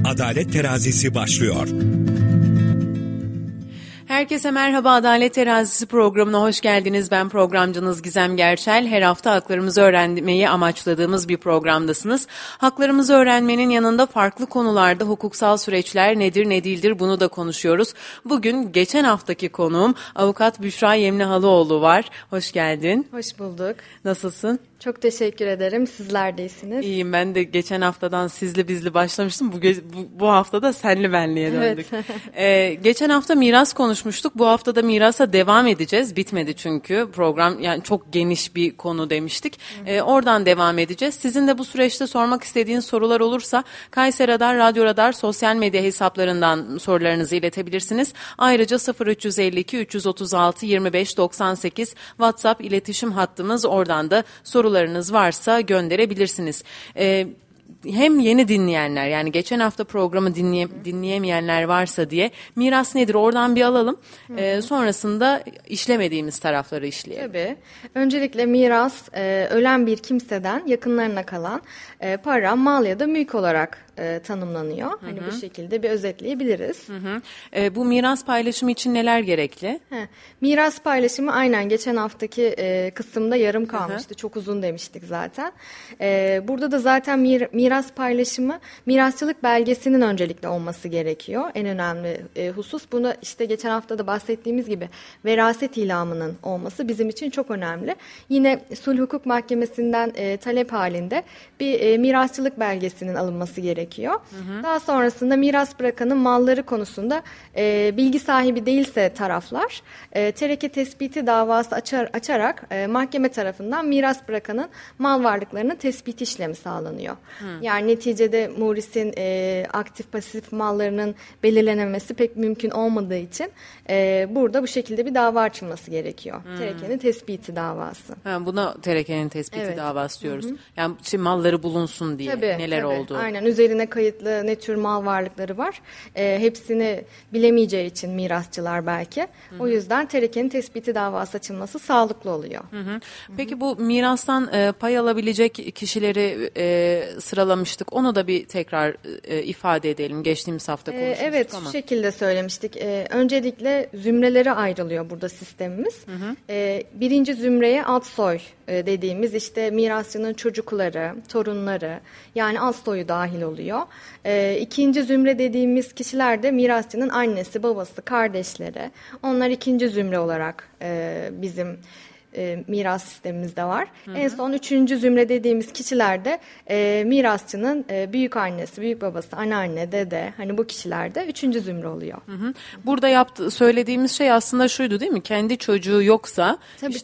Adalet Terazisi başlıyor. Herkese merhaba, Adalet Terazisi programına hoş geldiniz. Ben programcınız Gizem Gerçel. Her hafta haklarımızı öğrenmeyi amaçladığımız bir programdasınız. Haklarımızı öğrenmenin yanında farklı konularda hukuksal süreçler nedir ne değildir bunu da konuşuyoruz. Bugün geçen haftaki konuğum Avukat Büşra Yemlihalıoğlu var. Hoş geldin. Hoş bulduk. Nasılsın? Çok teşekkür ederim. Sizler de iyisiniz. İyiyim, ben de geçen haftadan sizli bizli başlamıştım. Bu hafta da senli benliye döndük. Evet. Geçen hafta miras konuşmuştuk. Bu hafta da mirasa devam edeceğiz. Bitmedi çünkü program, yani çok geniş bir konu demiştik. Oradan devam edeceğiz. Sizin de bu süreçte sormak istediğiniz sorular olursa Kayseri Radar, Radyo Radar sosyal medya hesaplarından sorularınızı iletebilirsiniz. Ayrıca 0352 336 25 98 WhatsApp iletişim hattımız, oradan da sorularınız varsa gönderebilirsiniz. Hem yeni dinleyenler, yani geçen hafta programı dinleyemeyenler varsa diye miras nedir oradan bir alalım. Sonrasında işlemediğimiz tarafları işleyelim. Tabii. Öncelikle miras ölen bir kimseden yakınlarına kalan para, mal ya da mülk olarak tanımlanıyor. Hani bu şekilde bir özetleyebiliriz. Bu miras paylaşımı için neler gerekli? Miras paylaşımı aynen geçen haftaki kısımda yarım kalmıştı. Çok uzun demiştik zaten. Burada da zaten miras paylaşımı, mirasçılık belgesinin öncelikle olması gerekiyor. En önemli husus. Bunu işte geçen hafta da bahsettiğimiz gibi veraset ilamının olması bizim için çok önemli. Yine Sulh Hukuk Mahkemesi'nden talep halinde bir mirasçılık belgesinin alınması gerekiyor. Daha sonrasında miras bırakanın malları konusunda bilgi sahibi değilse taraflar tereke tespiti davası açarak mahkeme tarafından miras bırakanın mal varlıklarının tespit işlemi sağlanıyor. Yani neticede murisin aktif pasif mallarının belirlenemesi pek mümkün olmadığı için burada bu şekilde bir dava açılması gerekiyor. Terekenin tespiti davası. Buna terekenin tespiti davası diyoruz. Yani malları bulunsun diye neler oldu. Aynen, üzerine kayıtlı ne tür mal varlıkları var. Hepsini bilemeyeceği için mirasçılar belki. O yüzden terekenin tespiti davası açılması sağlıklı oluyor. Peki bu mirastan pay alabilecek kişileri sıralamıştık. Onu da bir tekrar ifade edelim. Geçtiğimiz hafta konuşmuştuk evet, ama. Şu şekilde söylemiştik. Öncelikle zümrelere ayrılıyor burada sistemimiz. Birinci zümreye alt soy dediğimiz işte mirasçının çocukları, torunları, yani alt soyu dahil oluyor. İkinci zümre dediğimiz kişiler de mirasçının annesi, babası, kardeşleri. Onlar ikinci zümre olarak bizim miras sistemimizde var. En son üçüncü zümre dediğimiz kişiler de mirasçının büyük annesi, büyük babası, anneanne, dede, hani bu kişiler de üçüncü zümre oluyor. Burada söylediğimiz şey aslında şuydu değil mi? Kendi çocuğu yoksa,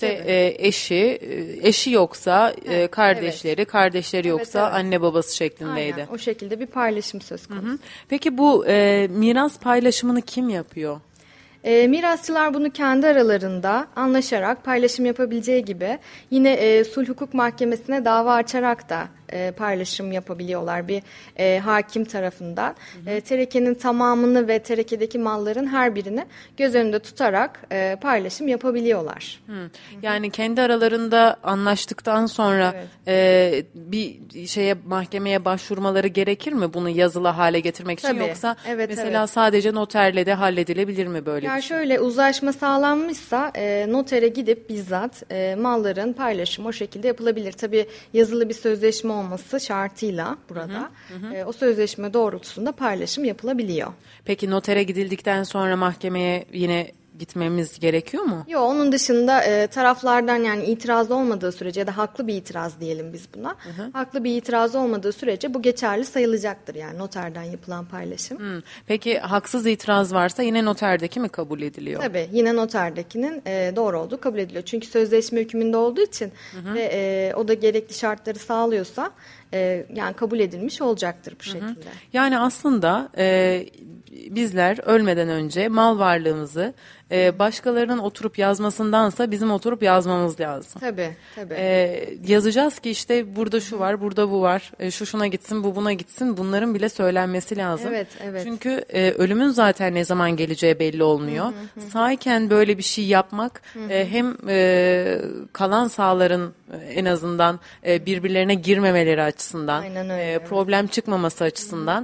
eşi yoksa kardeşleri, kardeşleri yoksa anne babası şeklindeydi. Aynen, o şekilde bir paylaşım söz konusu. Peki bu miras paylaşımını kim yapıyor? Mirasçılar bunu kendi aralarında anlaşarak paylaşım yapabileceği gibi yine Sulh Hukuk Mahkemesi'ne dava açarak da paylaşım yapabiliyorlar bir hakim tarafından. Terekenin tamamını ve terekedeki malların her birini göz önünde tutarak paylaşım yapabiliyorlar. Yani kendi aralarında anlaştıktan sonra bir mahkemeye başvurmaları gerekir mi bunu yazılı hale getirmek için? Yoksa mesela sadece noterle de halledilebilir mi böyle bir şey? Şöyle, uzlaşma sağlanmışsa notere gidip bizzat malların paylaşımı o şekilde yapılabilir. Tabii yazılı bir sözleşme olması şartıyla burada o sözleşme doğrultusunda paylaşım yapılabiliyor. Peki notere gidildikten sonra mahkemeye yine gitmemiz gerekiyor mu? Yok, onun dışında taraflardan, yani itiraz olmadığı sürece ya da haklı bir itiraz diyelim biz buna. Haklı bir itiraz olmadığı sürece bu geçerli sayılacaktır, yani noterden yapılan paylaşım. Peki haksız itiraz varsa yine noterdeki mi kabul ediliyor? Tabii, yine noterdekinin doğru olduğu kabul ediliyor. Çünkü sözleşme hükmünde olduğu için ve o da gerekli şartları sağlıyorsa yani kabul edilmiş olacaktır bu şekilde. Yani aslında bizler ölmeden önce mal varlığımızı başkalarının oturup yazmasındansa bizim oturup yazmamız lazım. Tabii. Yazacağız ki işte burada şu var, burada bu var, şu şuna gitsin, bu buna gitsin. Bunların bile söylenmesi lazım. Evet. Çünkü ölümün zaten ne zaman geleceği belli olmuyor. Sağyken böyle bir şey yapmak hem kalan sağların En azından birbirlerine girmemeleri açısından, Aynen öyle, evet. problem çıkmaması açısından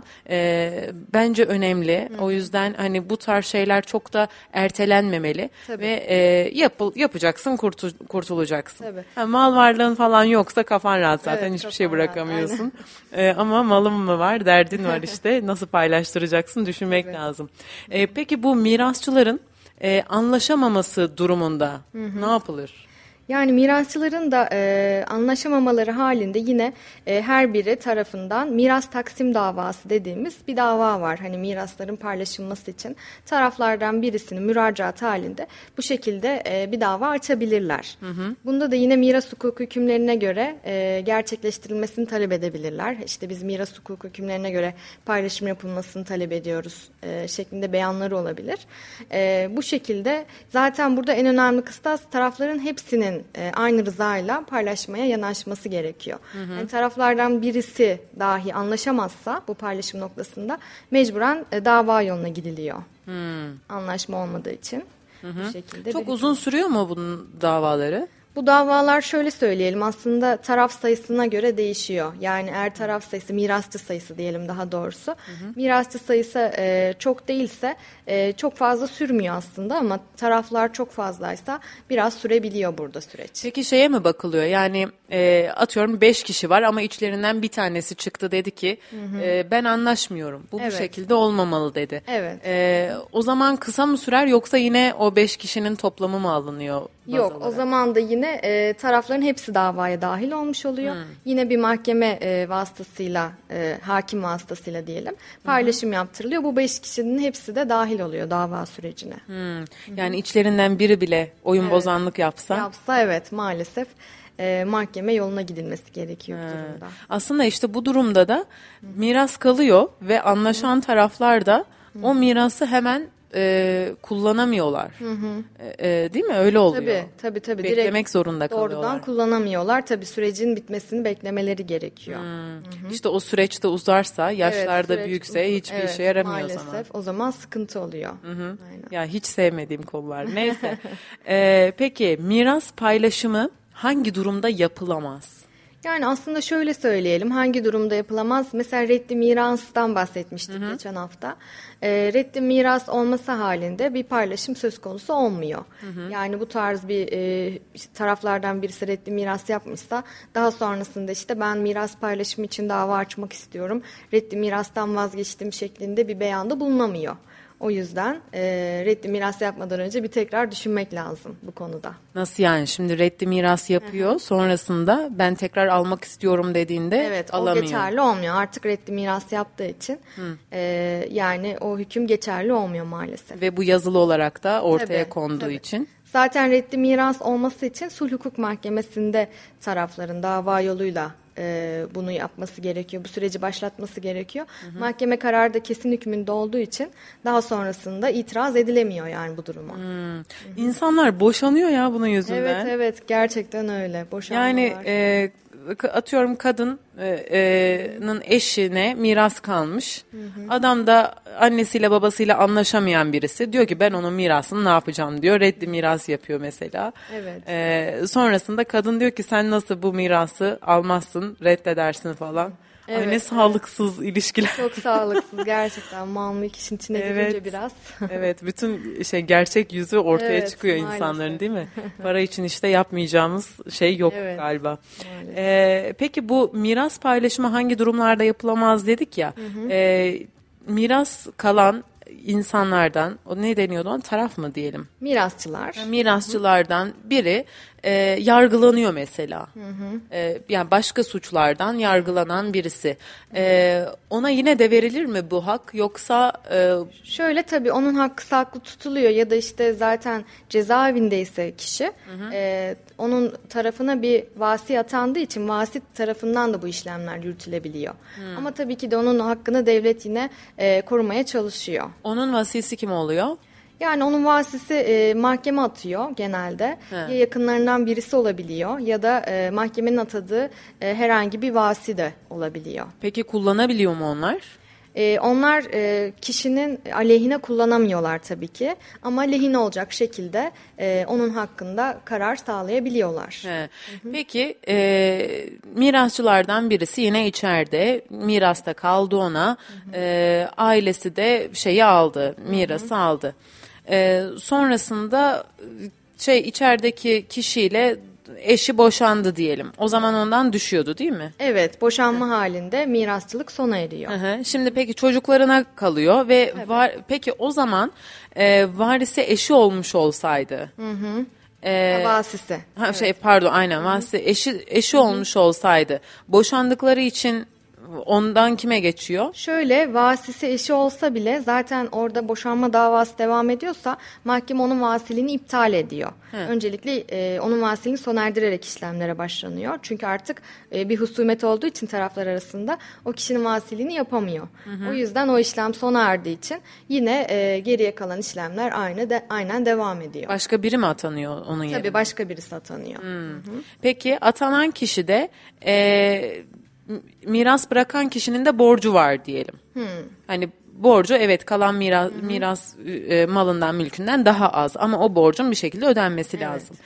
bence önemli. O yüzden hani bu tarz şeyler çok da ertelenmemeli. Tabii. Ve yapacaksın, kurtulacaksın. Tabii. Ha, mal varlığın falan yoksa kafan rahat zaten, Evet, hiçbir şey kafan rahat, bırakamıyorsun. Ama malın mı var, derdin var işte. Nasıl paylaştıracaksın düşünmek lazım. Peki bu mirasçıların anlaşamaması durumunda ne yapılır? Yani mirasçıların da anlaşamamaları halinde yine her biri tarafından miras taksim davası dediğimiz bir dava var. Hani mirasların paylaşılması için taraflardan birisinin müracaat halinde bu şekilde bir dava açabilirler. Bunda da yine miras hukuku hükümlerine göre gerçekleştirilmesini talep edebilirler. İşte biz miras hukuku hükümlerine göre paylaşım yapılmasını talep ediyoruz şeklinde beyanları olabilir. Bu şekilde zaten burada en önemli kıstas tarafların hepsinin aynı rızayla paylaşmaya yanaşması gerekiyor. Yani taraflardan birisi dahi anlaşamazsa bu paylaşım noktasında mecburen dava yoluna gidiliyor. Anlaşma olmadığı için. Bu şekilde Çok uzun sürüyor mu bunun davaları? Bu davalar şöyle söyleyelim aslında taraf sayısına göre değişiyor. Yani eğer taraf sayısı, mirasçı sayısı diyelim daha doğrusu. Mirasçı sayısı çok değilse çok fazla sürmüyor aslında ama taraflar çok fazlaysa biraz sürebiliyor burada süreç. Peki şeye mi bakılıyor? Yani atıyorum 5 kişi var ama içlerinden bir tanesi çıktı dedi ki ben anlaşmıyorum. Bu Evet. şekilde olmamalı dedi. Evet. O zaman kısa mı sürer yoksa yine o 5 kişinin toplamı mı alınıyor? baz Yok, olarak? o zaman da yine tarafların hepsi davaya dahil olmuş oluyor. Yine bir mahkeme vasıtasıyla, hakim vasıtasıyla diyelim paylaşım yaptırılıyor. Bu 5 kişinin hepsi de dahil oluyor dava sürecine. Yani içlerinden biri bile oyun bozanlık yapsa. Yapsa evet maalesef mahkeme yoluna gidilmesi gerekiyor bu durumda. Aslında işte bu durumda da miras kalıyor ve anlaşan taraflar da o mirası hemen kullanamıyorlar. Değil mi? Öyle oluyor. Tabii. Beklemek Direkt zorunda kalıyorlar. doğrudan kullanamıyorlar. Tabii sürecin bitmesini beklemeleri gerekiyor. İşte o süreçte uzarsa, yaşlar da süreç büyükse hiçbir işe yaramıyor o zaman. maalesef o zaman sıkıntı oluyor. Aynen. Ya hiç sevmediğim konular. Neyse. Peki miras paylaşımı hangi durumda yapılamaz? Yani aslında şöyle söyleyelim hangi durumda yapılamaz? Mesela reddi mirastan bahsetmiştik geçen hafta. Reddi miras olması halinde bir paylaşım söz konusu olmuyor. Yani bu tarz bir işte taraflardan birisi reddi miras yapmışsa daha sonrasında işte ben miras paylaşımı için dava açmak istiyorum. Reddi mirastan vazgeçtim şeklinde bir beyanda bulunamıyor. O yüzden reddi miras yapmadan önce bir tekrar düşünmek lazım bu konuda. Nasıl yani? Şimdi reddi miras yapıyor. Sonrasında ben tekrar almak istiyorum dediğinde Evet, alamıyor. o geçerli olmuyor. Artık reddi miras yaptığı için yani o hüküm geçerli olmuyor maalesef. Ve bu yazılı olarak da ortaya Tabii, konduğu tabii. için. Zaten reddi miras olması için sulh hukuk mahkemesinde tarafların dava yoluyla bunu yapması gerekiyor. Bu süreci başlatması gerekiyor. Mahkeme kararı da kesin hükmünde olduğu için daha sonrasında itiraz edilemiyor yani bu duruma. İnsanlar boşanıyor ya bunun yüzünden. Evet gerçekten öyle. Boşanmalar. Yani atıyorum kadının eşine miras kalmış. Adam da annesiyle babasıyla anlaşamayan birisi. Diyor ki ben onun mirasını ne yapacağım diyor. Reddi miras yapıyor mesela. Evet. Sonrasında kadın diyor ki sen nasıl bu mirası almazsın, reddedersin falan. Ay ne sağlıksız ilişkiler. Çok sağlıksız gerçekten. Mal mülk işin içine girince biraz. Evet, bütün gerçek yüzü ortaya Evet, çıkıyor maalesef. insanların değil mi? Para için işte yapmayacağımız şey yok galiba. Peki bu miras paylaşımı hangi durumlarda yapılamaz dedik ya. Miras kalan insanlardan, o ne deniyordu ona, taraf mı diyelim? Mirasçılar. Mirasçılardan biri yargılanıyor mesela. Yani başka suçlardan yargılanan birisi. Ona yine de verilir mi bu hak yoksa Şöyle tabii onun hakkı saklı tutuluyor ya da işte zaten cezaevindeyse kişi onun tarafına bir vasi atandığı için vasi tarafından da bu işlemler yürütülebiliyor. Ama tabii ki de onun hakkını devlet yine korumaya çalışıyor. onun vasisi kim oluyor? Yani onun vasisi mahkeme atıyor genelde. Ya yakınlarından birisi olabiliyor ya da mahkemenin atadığı herhangi bir vasi de olabiliyor. Peki kullanabiliyor mu onlar? Onlar kişinin aleyhine kullanamıyorlar tabii ki. Ama lehine olacak şekilde onun hakkında karar sağlayabiliyorlar. He. Peki mirasçılardan birisi yine içeride, mirasta kaldı ona, ailesi de şeyi aldı, mirası aldı. Sonrasında içerideki kişiyle eşi boşandı diyelim. O zaman ondan düşüyordu değil mi? Evet, boşanma halinde mirasçılık sona eriyor. Şimdi peki çocuklarına kalıyor ve peki o zaman varisi eşi olmuş olsaydı. Vasisi. Aynen vasisi eşi olmuş olsaydı boşandıkları için ondan kime geçiyor? Şöyle, vasisi eşi olsa bile zaten orada boşanma davası devam ediyorsa mahkeme onun vasiliğini iptal ediyor. Öncelikle onun vasiliğini sona erdirerek işlemlere başlanıyor. Çünkü artık bir husumet olduğu için taraflar arasında o kişinin vasiliğini yapamıyor. O yüzden o işlem sona erdiği için yine geriye kalan işlemler aynen devam ediyor. Başka biri mi atanıyor onun yerine? Tabii başka birisi atanıyor. Peki atanan kişi de miras bırakan kişinin de borcu var diyelim. Hani borcu evet kalan miras malından mülkünden daha az ama o borcun bir şekilde ödenmesi lazım.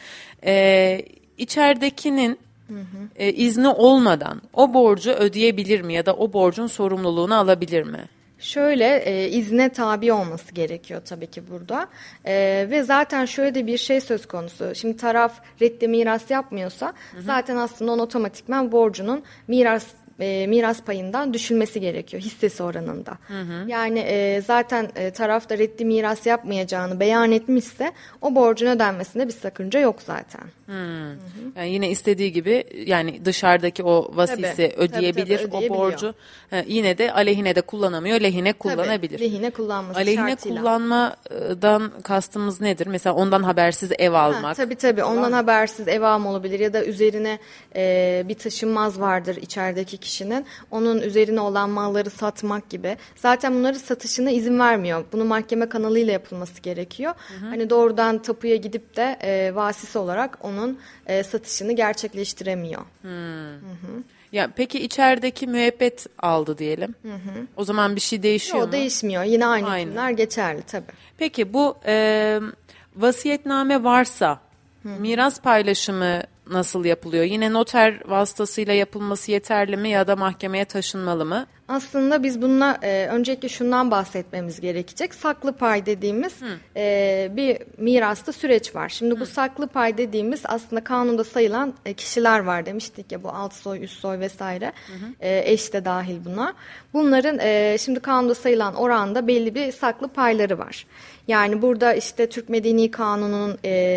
İçeridekinin izni olmadan o borcu ödeyebilir mi ya da o borcun sorumluluğunu alabilir mi? Şöyle izne tabi olması gerekiyor tabii ki burada ve zaten şöyle de bir şey söz konusu. Şimdi taraf reddi miras yapmıyorsa zaten aslında onun otomatikman borcunun miras payından düşülmesi gerekiyor hissesi oranında. Yani zaten taraf da reddi miras yapmayacağını beyan etmişse o borcun ödenmesinde bir sakınca yok zaten. Yani yine istediği gibi yani dışarıdaki o vasisi ödeyebilir tabii, o borcu. Yine de aleyhine de kullanamıyor, lehine kullanabilir. Tabii, lehine kullanması aleyhine şartıyla. kullanmadan kastımız nedir? Mesela ondan habersiz ev almak. Tabii ondan habersiz ev alma olabilir ya da üzerine bir taşınmaz vardır içerideki kişinin. Onun üzerine olan malları satmak gibi. Zaten bunları satışına izin vermiyor. Bunu mahkeme kanalıyla yapılması gerekiyor. Hani doğrudan tapuya gidip de vasisi olarak onun satışını gerçekleştiremiyor. Ya peki içerideki müebbet aldı diyelim. O zaman bir şey değişiyor mu? Yok, değişmiyor. Yine aynı hükümler geçerli tabii. Peki bu vasiyetname varsa miras paylaşımı nasıl yapılıyor? Yine noter vasıtasıyla yapılması yeterli mi ya da mahkemeye taşınmalı mı? Aslında biz bununla öncelikle şundan bahsetmemiz gerekecek. Saklı pay dediğimiz bir mirasta süreç var. Şimdi bu saklı pay dediğimiz aslında kanunda sayılan kişiler var demiştik ya, bu alt soy, üst soy vesaire. Eş de dahil buna. Bunların şimdi kanunda sayılan oranda belli bir saklı payları var. Yani burada işte Türk Medeni Kanunu'nun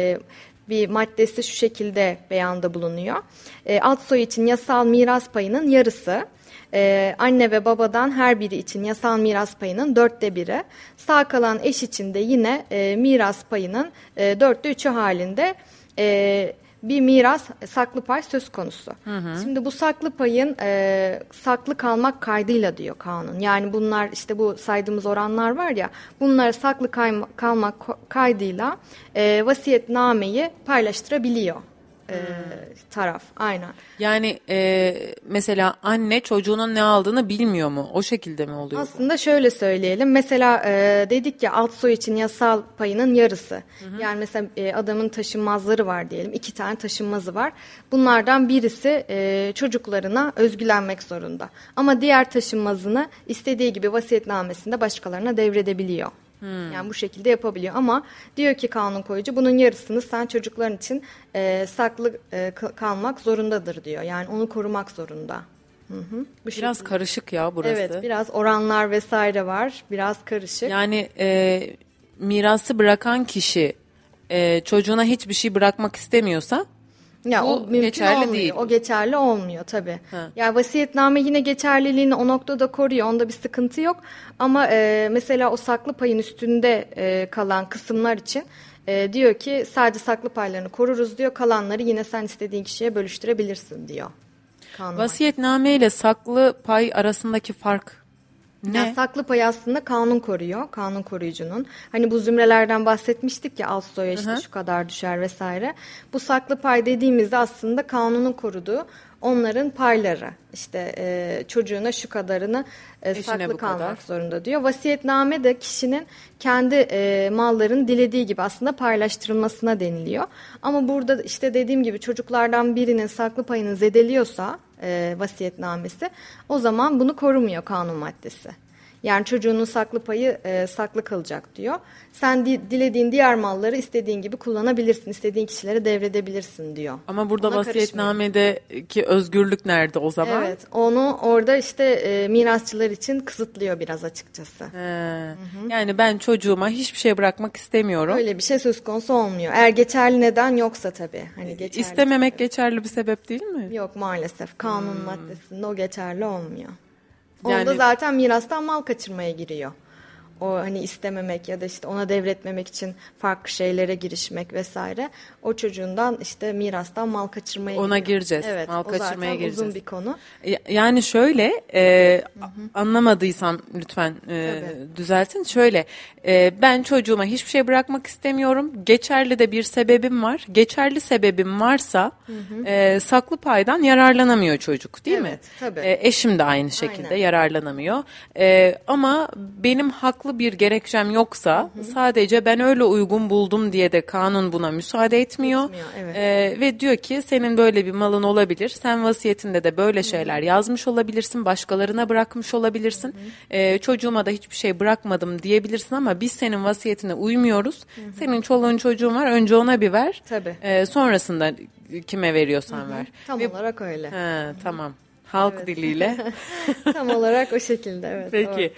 bir maddesi şu şekilde beyanda bulunuyor. Alt soy için yasal miras payının yarısı, anne ve babadan her biri için yasal miras payının 1/4'ü, sağ kalan eş için de yine miras payının 4/3'ü halinde bir miras saklı pay söz konusu. Şimdi bu saklı payın saklı kalmak kaydıyla diyor kanun. Yani bunlar işte bu saydığımız oranlar var ya, bunlara saklı kalmak kaydıyla vasiyetnameyi paylaştırabiliyor taraf. Aynen. Yani mesela anne çocuğunun ne aldığını bilmiyor mu? O şekilde mi oluyor? Aslında şöyle söyleyelim. Mesela dedik ya alt soy için yasal payının yarısı. Yani mesela adamın taşınmazları var diyelim. 2 tane taşınmazı var. Bunlardan birisi çocuklarına özgülenmek zorunda. Ama diğer taşınmazını istediği gibi vasiyetnamesinde başkalarına devredebiliyor. Yani bu şekilde yapabiliyor ama diyor ki kanun koyucu bunun yarısını sen çocukların için saklı kalmak zorundadır diyor. Yani onu korumak zorunda. Biraz karışık ya burası. Evet, biraz oranlar vesaire var. Biraz karışık. Yani mirası bırakan kişi çocuğuna hiçbir şey bırakmak istemiyorsa ya bu o mümkün geçerli olmuyor. değil. O geçerli olmuyor tabii. Yani vasiyetname yine geçerliliğini o noktada koruyor. Onda bir sıkıntı yok. Ama mesela o saklı payın üstünde kalan kısımlar için diyor ki sadece saklı paylarını koruruz diyor. Kalanları yine sen istediğin kişiye bölüştürebilirsin diyor. Vasiyetname ile saklı pay arasındaki fark Ne? Yani saklı payı aslında kanun koruyor. Kanun koruyucunun. Hani bu zümrelerden bahsetmiştik ya, alt soya işte şu kadar düşer vesaire. Bu saklı pay dediğimizde aslında kanunun koruduğu onların payları. İşte çocuğuna şu kadarını saklı kalmak zorunda diyor. Vasiyetname de kişinin kendi mallarını dilediği gibi aslında paylaştırılmasına deniliyor. Ama burada işte dediğim gibi çocuklardan birinin saklı payını zedeliyorsa vasiyetnamesi, o zaman bunu korumuyor kanun maddesi. Yani çocuğunun saklı payı saklı kalacak diyor. Sen dilediğin diğer malları istediğin gibi kullanabilirsin, istediğin kişilere devredebilirsin diyor. Ama burada vasiyetnamedeki özgürlük nerede o zaman? Evet, onu orada işte mirasçılar için kısıtlıyor biraz açıkçası. Yani ben çocuğuma hiçbir şey bırakmak istemiyorum. Öyle bir şey söz konusu olmuyor. Eğer geçerli neden yoksa tabii. Hani geçerli İstememek geçerli bir sebep değil mi? Yok, maalesef kanun maddesinde o geçerli olmuyor. Yani, onda zaten mirastan mal kaçırmaya giriyor. O hani istememek ya da işte ona devretmemek için farklı şeylere girişmek vesaire. O çocuğundan işte mirastan mal kaçırmaya ona giriyor. gireceğiz. Evet, mal kaçırmaya gireceğiz. Uzun bir konu. Yani şöyle anlamadıysam lütfen düzeltin. Şöyle ben çocuğuma hiçbir şey bırakmak istemiyorum. Geçerli de bir sebebim var. Geçerli sebebim varsa saklı paydan yararlanamıyor çocuk, değil mi? Evet, tabii. Eşim de aynı şekilde yararlanamıyor. Ama benim haklı bir gerekçem yoksa sadece ben öyle uygun buldum diye de kanun buna müsaade etmiyor. Evet. Ve diyor ki senin böyle bir malın olabilir. Sen vasiyetinde de böyle şeyler yazmış olabilirsin. Başkalarına bırakmış olabilirsin. Çocuğuma da hiçbir şey bırakmadım diyebilirsin ama biz senin vasiyetine uymuyoruz. Senin çoluğun çocuğun var. Önce ona bir ver. Tabii. Sonrasında kime veriyorsan ver. Tam olarak öyle. Tamam. Halk diliyle. Tam olarak o şekilde, evet. Peki.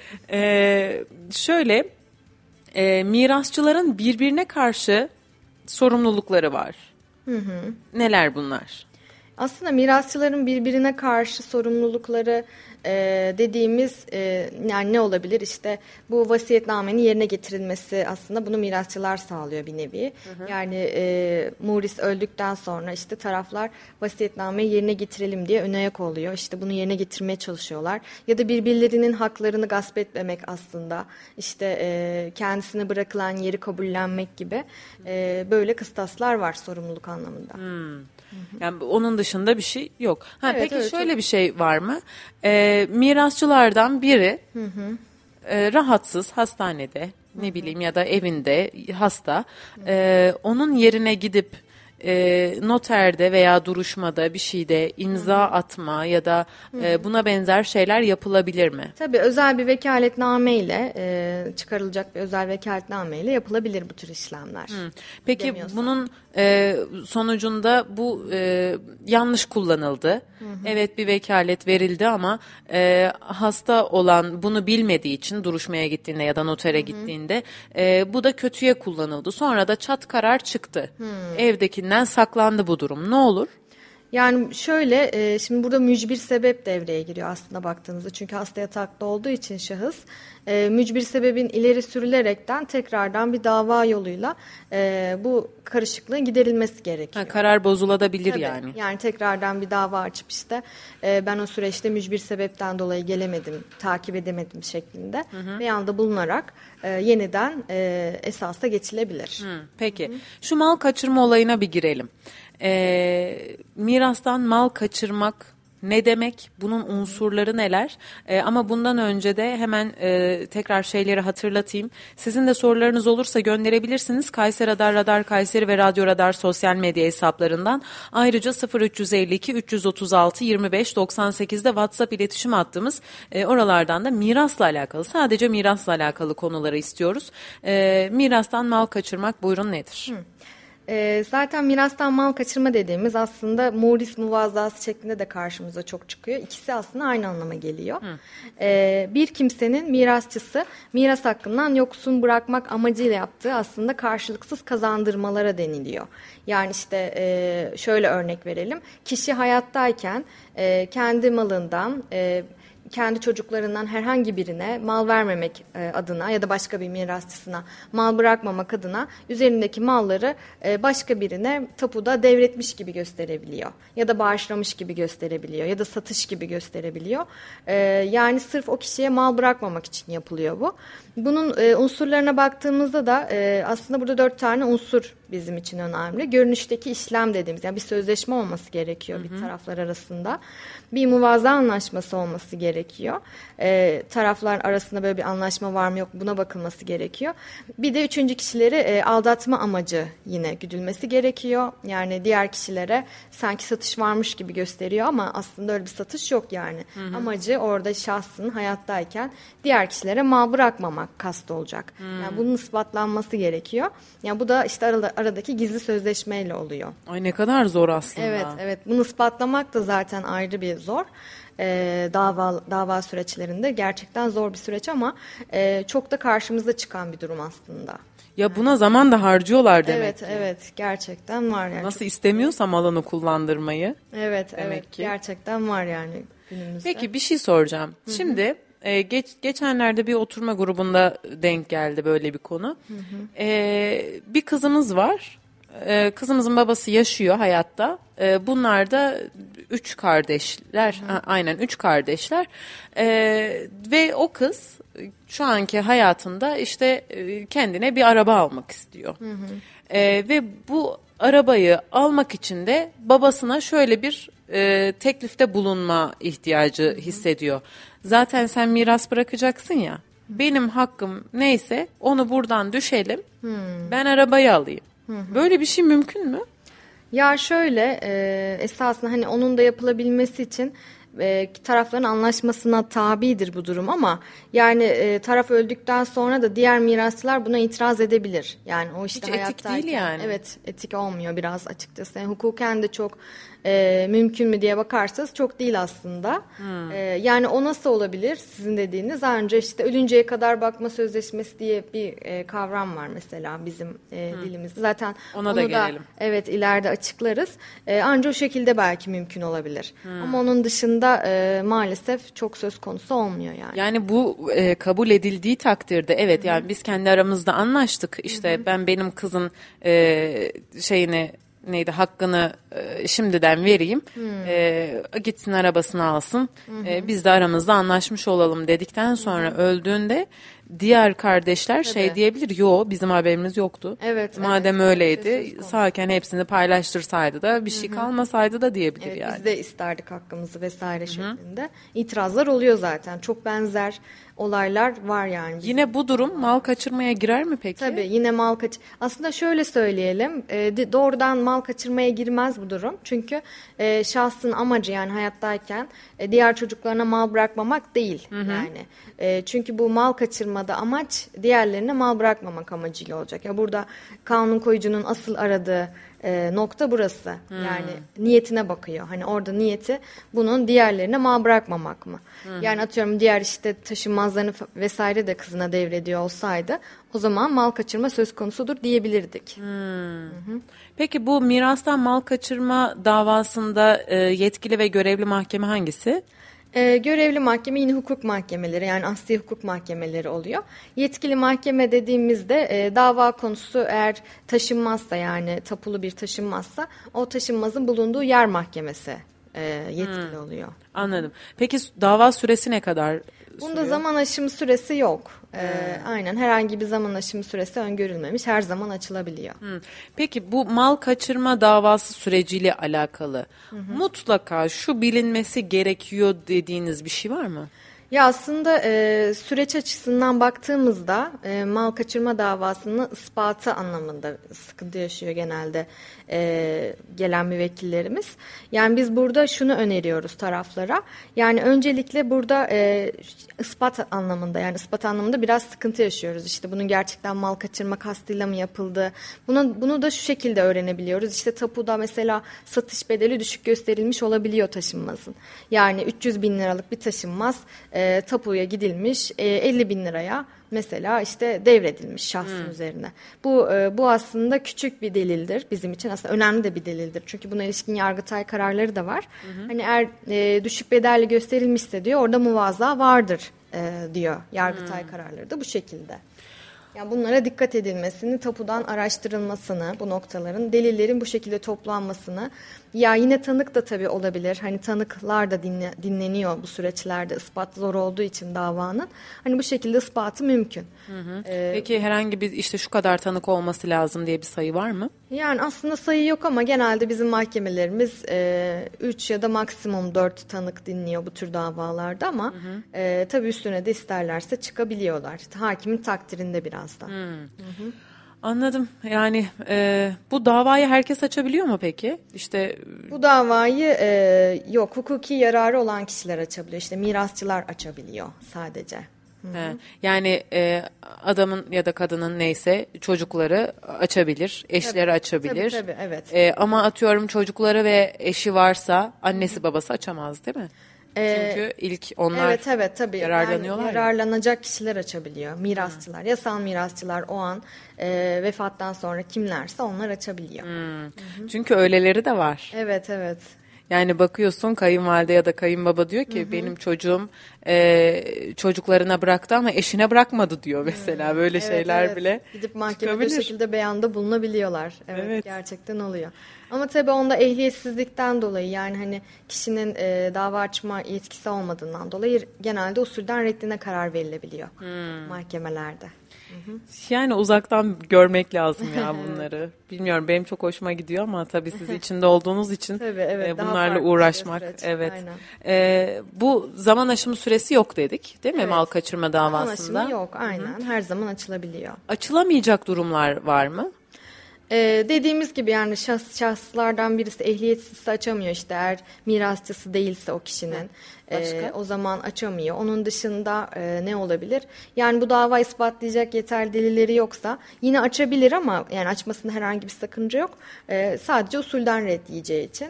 Şöyle mirasçıların birbirine karşı sorumlulukları var. Neler bunlar? Aslında mirasçıların birbirine karşı sorumlulukları dediğimiz yani ne olabilir? İşte bu vasiyetnamenin yerine getirilmesi, aslında bunu mirasçılar sağlıyor bir nevi. Yani muris öldükten sonra işte taraflar vasiyetnameyi yerine getirelim diye ön ayak oluyor. İşte bunu yerine getirmeye çalışıyorlar. Ya da birbirlerinin haklarını gasp etmemek aslında. İşte kendisine bırakılan yeri kabullenmek gibi böyle kıstaslar var sorumluluk anlamında. Yani onun dışında bir şey yok. Evet, peki evet, şöyle bir şey var mı? Mirasçılardan biri rahatsız, hastanede, ne bileyim ya da evinde hasta. Onun yerine gidip noterde veya duruşmada bir şeyde imza atma ya da buna benzer şeyler yapılabilir mi? Tabii özel bir vekaletname ile çıkarılacak bir özel vekaletname ile yapılabilir bu tür işlemler. Peki bunun sonucunda bu yanlış kullanıldı. Evet, bir vekalet verildi ama hasta olan bunu bilmediği için duruşmaya gittiğinde ya da notere gittiğinde bu da kötüye kullanıldı. Sonra da çat karar çıktı. Evdekinden saklandı bu durum. Ne olur? Yani şöyle, şimdi burada mücbir sebep devreye giriyor aslında baktığınızda. Çünkü hasta yatakta olduğu için şahıs, mücbir sebebin ileri sürülerekten tekrardan bir dava yoluyla bu karışıklığın giderilmesi gerekiyor. Karar bozulabilir. Tabii, yani. Yani tekrardan bir dava açıp işte ben o süreçte mücbir sebepten dolayı gelemedim, takip edemedim şeklinde beyanda bulunarak yeniden esasa geçilebilir. Peki. Şu mal kaçırma olayına bir girelim. Mirastan mal kaçırmak ne demek? Bunun unsurları neler? Ama bundan önce de hemen tekrar şeyleri hatırlatayım. Sizin de sorularınız olursa gönderebilirsiniz. Kayseri Radar Kayseri ve Radyo Radar sosyal medya hesaplarından. Ayrıca 0352 336 25 98'de WhatsApp iletişim hattımız. Oralardan da mirasla alakalı, sadece mirasla alakalı konuları istiyoruz. Mirastan mal kaçırmak buyurun nedir? Zaten mirastan mal kaçırma dediğimiz aslında muris muvazzası şeklinde de karşımıza çok çıkıyor. İkisi aslında aynı anlama geliyor. Bir kimsenin mirasçısı miras hakkından yoksun bırakmak amacıyla yaptığı aslında karşılıksız kazandırmalara deniliyor. Yani işte şöyle örnek verelim. Kişi hayattayken kendi malından kendi çocuklarından herhangi birine mal vermemek adına ya da başka bir mirasçısına mal bırakmamak adına üzerindeki malları başka birine tapuda devretmiş gibi gösterebiliyor. Ya da bağışlamış gibi gösterebiliyor ya da satış gibi gösterebiliyor. Yani sırf o kişiye mal bırakmamak için yapılıyor bu. Bunun unsurlarına baktığımızda da aslında burada 4 tane unsur bizim için önemli. Görünüşteki işlem dediğimiz, yani bir sözleşme olması gerekiyor bir taraflar arasında. Bir muvaza anlaşması olması gerekiyor. Taraflar arasında böyle bir anlaşma var mı yok mu buna bakılması gerekiyor. Bir de üçüncü kişileri aldatma amacı yine güdülmesi gerekiyor. Yani diğer kişilere sanki satış varmış gibi gösteriyor ama aslında öyle bir satış yok yani. Amacı orada şahsın hayattayken diğer kişilere mal bırakmamak kast olacak. Yani bunun ispatlanması gerekiyor. Yani bu da işte aradaki gizli sözleşmeyle oluyor. Ay ne kadar zor aslında. Evet. Bunu ispatlamak da zaten ayrı bir zor. Dava süreçlerinde gerçekten zor bir süreç ama çok da karşımıza çıkan bir durum aslında. Ya buna zaman da harcıyorlar demek ki. Evet gerçekten var yani. Nasıl istemiyorsam alanı kullandırmayı. Evet ki. gerçekten var yani günümüzde. Peki bir şey soracağım. Şimdi geçenlerde bir oturma grubunda denk geldi böyle bir konu. Bir kızımız var. Kızımızın babası yaşıyor hayatta. Bunlar da 3 kardeşler. Aynen 3 kardeşler. Ve o kız şu anki hayatında işte kendine bir araba almak istiyor. Ve bu arabayı almak için de babasına şöyle bir teklifte bulunma ihtiyacı hissediyor. Zaten sen miras bırakacaksın ya. Benim hakkım neyse onu buradan düşelim. Ben arabayı alayım. Böyle bir şey mümkün mü? Ya şöyle esasında hani onun da yapılabilmesi için tarafların anlaşmasına tabidir bu durum ama yani taraf öldükten sonra da diğer mirasçılar buna itiraz edebilir. Yani o işte hiç etik değil yani. Evet etik olmuyor biraz açıkçası. Yani hukuken de çok mümkün mü diye bakarsanız çok değil aslında. Yani o nasıl olabilir sizin dediğiniz? Daha önce işte ölünceye kadar bakma sözleşmesi diye bir kavram var mesela bizim dilimizde. Zaten ona da gelelim. Evet ileride açıklarız. Ancak o şekilde belki mümkün olabilir. Ama onun dışında maalesef çok söz konusu olmuyor yani. Yani bu kabul edildiği takdirde evet yani biz kendi aramızda anlaştık. İşte ben benim kızın hakkını şimdiden vereyim. Gitsin arabasını alsın. Biz de aramızda anlaşmış olalım dedikten sonra öldüğünde diğer kardeşler diyebilir. Yo bizim haberimiz yoktu. Evet. Madem öyleydi sağken hepsini paylaştırsaydı da bir şey kalmasaydı da diyebilir evet, yani. Biz de isterdik hakkımızı vesaire şeklinde. İtirazlar oluyor zaten. Çok benzer olaylar var yani. Yine bu durum mal kaçırmaya girer mi peki? Tabii yine mal aslında şöyle söyleyelim doğrudan mal kaçırmaya girmez bu durum. Çünkü şahsın amacı yani hayattayken diğer çocuklarına mal bırakmamak değil. Yani çünkü bu mal kaçırmada amaç diğerlerine mal bırakmamak amacıyla olacak. Ya burada kanun koyucunun asıl aradığı nokta burası. Yani niyetine bakıyor. Hani orada niyeti bunun diğerlerine mal bırakmamak mı? Yani atıyorum diğer işte taşınmazlarını vesaire de kızına devrediyor olsaydı o zaman mal kaçırma söz konusudur diyebilirdik. Peki bu mirastan mal kaçırma davasında yetkili ve görevli mahkeme hangisi? Görevli mahkeme yine hukuk mahkemeleri yani asli hukuk mahkemeleri oluyor. Yetkili mahkeme dediğimizde dava konusu eğer taşınmazsa yani tapulu bir taşınmazsa o taşınmazın bulunduğu yer mahkemesi yetkili oluyor. Anladım. Peki dava süresi ne kadar Bunda sürüyor? zaman aşımı süresi yok. Aynen herhangi bir zaman aşımı süresi öngörülmemiş. Her zaman açılabiliyor. Peki bu mal kaçırma davası süreciyle alakalı mutlaka şu bilinmesi gerekiyor dediğiniz bir şey var mı? Ya aslında süreç açısından baktığımızda mal kaçırma davasının ispatı anlamında sıkıntı yaşıyor genelde gelen müvekkillerimiz. Yani biz burada şunu öneriyoruz taraflara. Yani öncelikle burada ispat anlamında biraz sıkıntı yaşıyoruz. İşte bunun gerçekten mal kaçırma kastıyla mı yapıldı? Bunu da şu şekilde öğrenebiliyoruz. İşte tapuda mesela satış bedeli düşük gösterilmiş olabiliyor taşınmazın. Yani 300 bin liralık bir taşınmaz tapuya gidilmiş 50 bin liraya mesela işte devredilmiş şahsın üzerine. Bu aslında küçük bir delildir bizim için. Aslında önemli de bir delildir. Çünkü buna ilişkin Yargıtay kararları da var. Hani eğer düşük bedelli gösterilmişse diyor orada muvaza vardır diyor. Yargıtay kararları da bu şekilde. Yani bunlara dikkat edilmesini, tapudan araştırılmasını, bu noktaların, delillerin bu şekilde toplanmasını, ya yine tanık da tabii olabilir. Hani tanıklar da dinleniyor bu süreçlerde, ispat zor olduğu için davanın. Hani bu şekilde ispatı mümkün. Peki herhangi bir işte şu kadar tanık olması lazım diye bir sayı var mı? Yani aslında sayı yok ama genelde bizim mahkemelerimiz 3 ya da maksimum 4 tanık dinliyor bu tür davalarda ama tabii üstüne de isterlerse çıkabiliyorlar. Hakimin takdirinde biraz da. Anladım. Yani bu davayı herkes açabiliyor mu peki? İşte bu davayı yok, hukuki yararı olan kişiler açabiliyor. İşte mirasçılar açabiliyor sadece. Yani adamın ya da kadının neyse çocukları açabilir, eşleri açabilir. Tabii, evet. Ama atıyorum çocukları ve eşi varsa annesi babası açamaz değil mi? Çünkü ilk onlar tabii. yararlanıyorlar. Yani yararlanacak kişiler açabiliyor. Mirasçılar, yasal mirasçılar o an vefattan sonra kimlerse onlar açabiliyor. Çünkü öyleleri de var. Evet. Yani bakıyorsun kayınvalide ya da kayınbaba diyor ki benim çocuğum çocuklarına bıraktı ama eşine bırakmadı diyor mesela. Böyle şeyler bile gidip mahkemede çıkabilir. bu şekilde beyanda bulunabiliyorlar. Evet, gerçekten oluyor. Ama tabii onda ehliyetsizlikten dolayı yani hani kişinin dava açma yetkisi olmadığından dolayı genelde usulden reddine karar verilebiliyor mahkemelerde. Yani uzaktan görmek lazım ya bunları. Bilmiyorum benim çok hoşuma gidiyor ama tabii siz içinde olduğunuz için tabii, bunlarla uğraşmak. Evet. Bu zaman aşımı süresi yok dedik değil mi mal kaçırma davasında? Zaman aşımı yok aynen. Her zaman açılabiliyor. Açılamayacak durumlar var mı? Dediğimiz gibi yani şahıslardan birisi ehliyetsizse açamıyor işte eğer mirasçısı değilse o kişinin. O zaman açamıyor. Onun dışında ne olabilir? Yani bu dava ispatlayacak yeterli delilleri yoksa yine açabilir ama yani açmasında herhangi bir sakınca yok. Sadece usulden red yiyeceği için.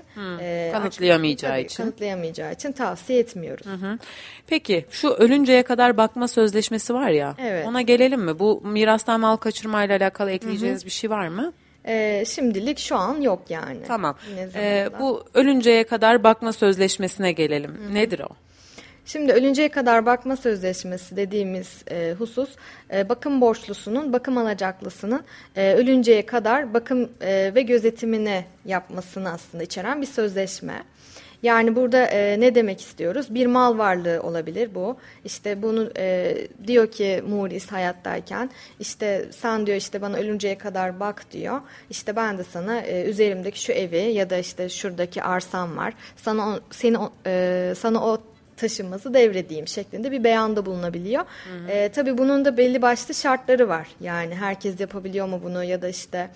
Kanıtlayamayacağı için tavsiye etmiyoruz. Peki şu ölünceye kadar bakma sözleşmesi var ya ona gelelim mi? Bu mirastan mal kaçırmayla alakalı ekleyeceğiniz bir şey var mı? Şimdilik şu an yok yani. Tamam. Bu ölünceye kadar bakma sözleşmesine gelelim. Nedir o? Şimdi ölünceye kadar bakma sözleşmesi dediğimiz husus bakım borçlusunun, bakım alacaklısının ölünceye kadar bakım ve gözetimini yapmasını aslında içeren bir sözleşme. Yani burada ne demek istiyoruz? Bir mal varlığı olabilir bu. İşte bunu diyor ki muris hayattayken işte sen diyor işte bana ölünceye kadar bak diyor. İşte ben de sana üzerimdeki şu evi ya da işte şuradaki arsam var. Sana o taşınması devredeyim şeklinde bir beyanda bulunabiliyor. Tabii bunun da belli başlı şartları var. Yani herkes yapabiliyor mu bunu ya da işte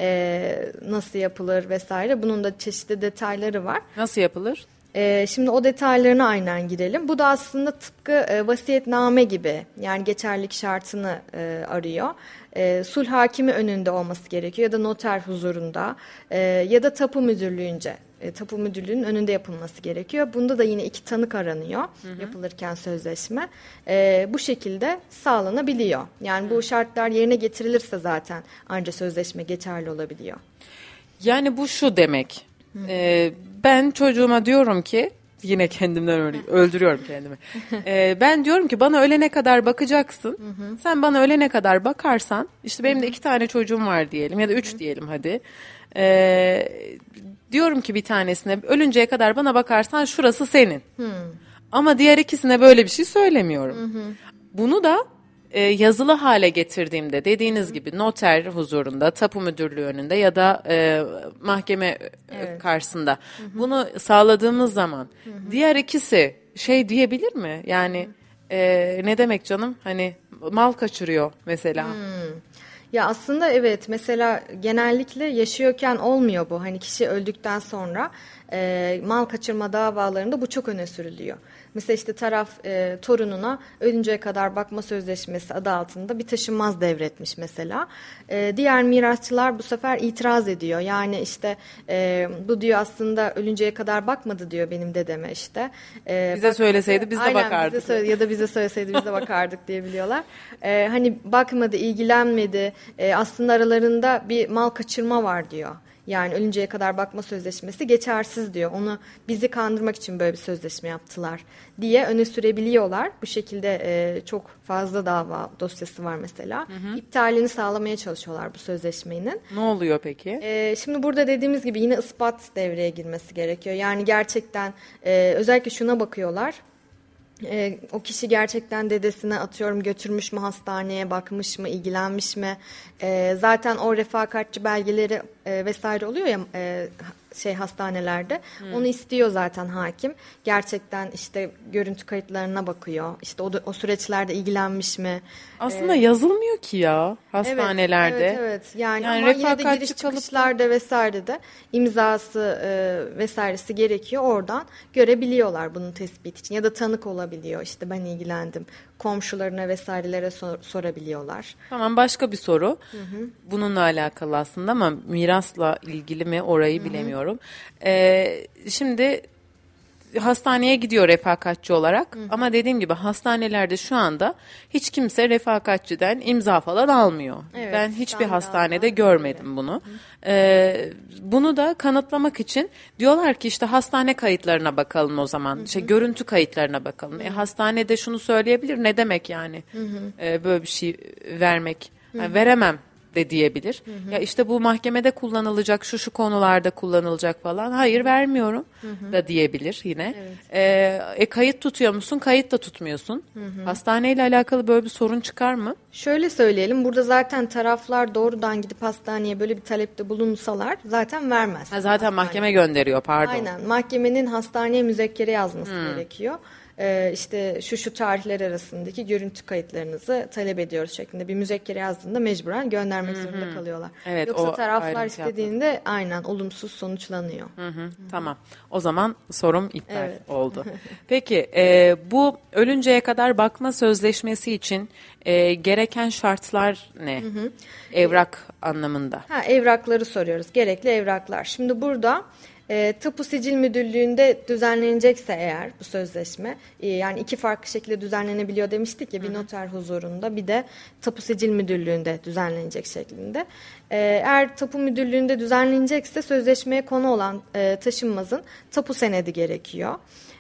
nasıl yapılır vesaire. Bunun da çeşitli detayları var. Nasıl yapılır? Şimdi o detaylarına aynen girelim. Bu da aslında tıpkı vasiyetname gibi yani geçerlilik şartını arıyor. Sulh hakimi önünde olması gerekiyor ya da noter huzurunda ya da tapu müdürlüğünce. Tapu müdürlüğünün önünde yapılması gerekiyor. Bunda da yine 2 tanık aranıyor yapılırken sözleşme. Bu şekilde sağlanabiliyor. Yani bu şartlar yerine getirilirse zaten ancak sözleşme geçerli olabiliyor. Yani bu şu demek. Ben çocuğuma diyorum ki yine kendimden öldürüyorum kendimi. Ben diyorum ki bana ölene kadar bakacaksın. Sen bana ölene kadar bakarsan işte benim de 2 tane çocuğum var diyelim ya da 3 diyelim hadi. Diyorum ki bir tanesine ölünceye kadar bana bakarsan şurası senin. Ama diğer ikisine böyle bir şey söylemiyorum. Bunu da yazılı hale getirdiğimde dediğiniz gibi noter huzurunda, tapu müdürlüğü önünde ya da mahkeme karşısında bunu sağladığımız zaman diğer ikisi şey diyebilir mi? Yani ne demek canım? Hani mal kaçırıyor mesela. Ya aslında evet mesela genellikle yaşıyorken olmuyor bu. Hani kişi öldükten sonra mal kaçırma davalarında bu çok öne sürülüyor. Mesela işte taraf torununa ölünceye kadar bakma sözleşmesi adı altında bir taşınmaz devretmiş mesela. Diğer mirasçılar bu sefer itiraz ediyor. Yani işte bu diyor aslında ölünceye kadar bakmadı diyor benim dedeme işte. Bize söyleseydi biz de bakardık. Ya da bize söyleseydi biz de bakardık diyebiliyorlar. Hani bakmadı, ilgilenmedi. Aslında aralarında bir mal kaçırma var diyor. Yani ölünceye kadar bakma sözleşmesi geçersiz diyor. Onu bizi kandırmak için böyle bir sözleşme yaptılar diye öne sürebiliyorlar. Bu şekilde çok fazla dava dosyası var mesela. İptalini sağlamaya çalışıyorlar bu sözleşmenin. Ne oluyor peki? Şimdi burada dediğimiz gibi yine ispat devreye girmesi gerekiyor. Yani gerçekten özellikle şuna bakıyorlar. O kişi gerçekten dedesine atıyorum götürmüş mü hastaneye, bakmış mı, ilgilenmiş mi? Zaten o refakatçi belgeleri vesaire oluyor ya hastanelerde. Onu istiyor zaten hakim. Gerçekten işte görüntü kayıtlarına bakıyor. İşte o süreçlerde ilgilenmiş mi? Aslında yazılmıyor ki ya hastanelerde. Evet. Yani ama yine de refakatçi giriş çıkışlarda vesaire de imzası vesairesi gerekiyor. Oradan görebiliyorlar bunun tespit için. Ya da tanık olabiliyor. İşte ben ilgilendim. Komşularına vesairelere sorabiliyorlar. Tamam, başka bir soru. Bununla alakalı aslında ama mirasla ilgili mi orayı bilemiyorum. Şimdi hastaneye gidiyor refakatçi olarak ama dediğim gibi hastanelerde şu anda hiç kimse refakatçiden imza falan almıyor. Evet, ben hiçbir hastanede görmedim bunu. Bunu da kanıtlamak için diyorlar ki işte hastane kayıtlarına bakalım o zaman. İşte görüntü kayıtlarına bakalım. Hastanede şunu söyleyebilir, ne demek yani böyle bir şey vermek? Yani veremem de diyebilir. Ya işte bu mahkemede kullanılacak, şu konularda kullanılacak falan. Hayır, vermiyorum da diyebilir yine. Evet. Kayıt tutuyor musun? Kayıt da tutmuyorsun. Hastaneyle alakalı böyle bir sorun çıkar mı? Şöyle söyleyelim, burada zaten taraflar doğrudan gidip hastaneye böyle bir talepte bulunsalar zaten vermez. Zaten hastane mahkeme gönderiyor, pardon. Aynen, mahkemenin hastaneye müzekkere yazması gerekiyor. İşte şu tarihler arasındaki görüntü kayıtlarınızı talep ediyoruz şeklinde bir müzekkere yazdığında mecburen göndermek zorunda kalıyorlar. Evet, yoksa taraflar ayrıntı istediğinde aynen olumsuz sonuçlanıyor. Tamam. O zaman sorum iptal oldu. Peki bu ölünceye kadar bakma sözleşmesi için gereken şartlar ne? Evrak anlamında. Evrakları soruyoruz. Gerekli evraklar. Şimdi burada Tapu Sicil Müdürlüğü'nde düzenlenecekse eğer bu sözleşme, yani iki farklı şekilde düzenlenebiliyor demiştik ya, bir noter huzurunda bir de Tapu Sicil Müdürlüğü'nde düzenlenecek şeklinde. Eğer Tapu Müdürlüğü'nde düzenlenecekse sözleşmeye konu olan taşınmazın tapu senedi gerekiyor.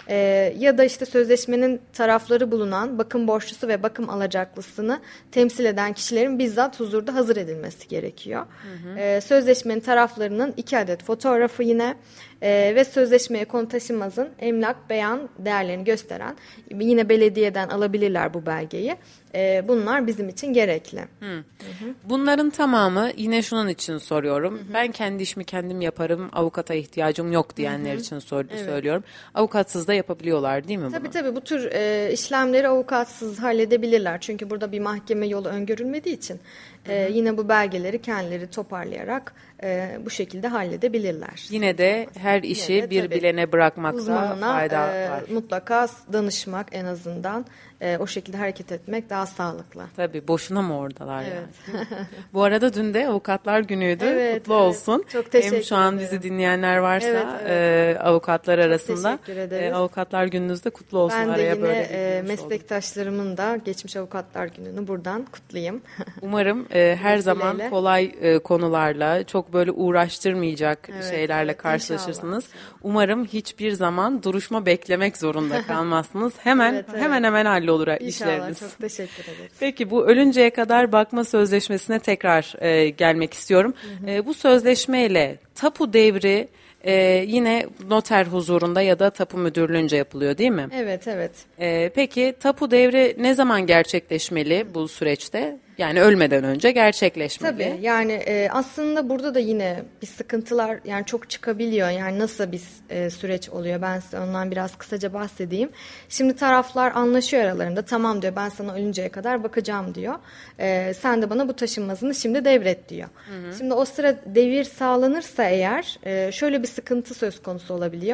Ya da işte sözleşmenin tarafları bulunan bakım borçlusu ve bakım alacaklısını temsil eden kişilerin bizzat huzurda hazır edilmesi gerekiyor. Sözleşmenin taraflarının 2 adet fotoğrafı yine ve sözleşmeye konu taşınmazın emlak beyan değerlerini gösteren, yine belediyeden alabilirler bu belgeyi. Bunlar bizim için gerekli. Bunların tamamı yine şunun için soruyorum. Ben kendi işimi kendim yaparım, avukata ihtiyacım yok diyenler için söylüyorum. Avukatsız da yapabiliyorlar değil mi bunu? Tabii bu tür işlemleri avukatsız halledebilirler. Çünkü burada bir mahkeme yolu öngörülmediği için yine bu belgeleri kendileri toparlayarak bu şekilde halledebilirler. Yine de her işi bir bilene bırakmakta uzmanına fayda var. Mutlaka danışmak, en azından o şekilde hareket etmek daha sağlıklı. Tabii, boşuna mı oradalar yani? Bu arada dün de Avukatlar Günü'ydü. Kutlu olsun. Çok teşekkür Hem şu an ederim. bizi dinleyenler varsa avukatlar arasında teşekkür ederiz. Avukatlar Gününüz de kutlu olsun. Ben de Araya yine böyle meslektaşlarımın da geçmiş Avukatlar Günü'nü buradan kutlayayım. Umarım her zaman kolay konularla, çok böyle uğraştırmayacak şeylerle karşılaşırsınız. İnşallah. Umarım hiçbir zaman duruşma beklemek zorunda kalmazsınız. Hemen hemen hallolur işleriniz. İnşallah, çok teşekkür ederiz. Peki, bu ölünceye kadar bakma sözleşmesine tekrar gelmek istiyorum. Bu sözleşmeyle tapu devri yine noter huzurunda ya da tapu müdürlüğünce yapılıyor değil mi? Evet. Peki tapu devri ne zaman gerçekleşmeli bu süreçte? Yani ölmeden önce gerçekleşmeli. Tabii, yani aslında burada da yine bir sıkıntılar yani çok çıkabiliyor. Yani nasıl bir süreç oluyor, ben size ondan biraz kısaca bahsedeyim. Şimdi taraflar anlaşıyor aralarında, tamam diyor, ben sana ölünceye kadar bakacağım diyor. Sen de bana bu taşınmazını şimdi devret diyor. Şimdi o sıra devir sağlanırsa eğer şöyle bir sıkıntı söz konusu olabiliyor.